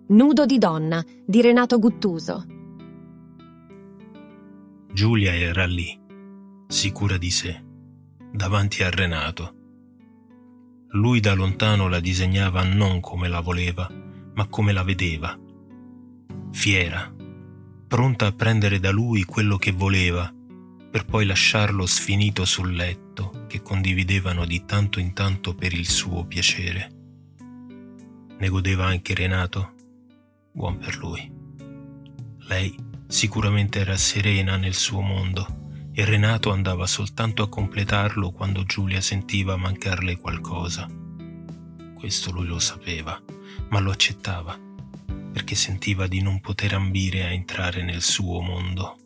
Nudo di donna di Renato Guttuso. Giulia era lì, sicura di sé, davanti a Renato. Lui da lontano la disegnava non come la voleva, ma come la vedeva. Fiera, pronta a prendere da lui quello che voleva, per poi lasciarlo sfinito sul letto che condividevano di tanto in tanto per il suo piacere. Ne godeva anche Renato? Buon per lui. Lei sicuramente era serena nel suo mondo e Renato andava soltanto a completarlo quando Giulia sentiva mancarle qualcosa. Questo lui lo sapeva, ma lo accettava, perché sentiva di non poter ambire a entrare nel suo mondo.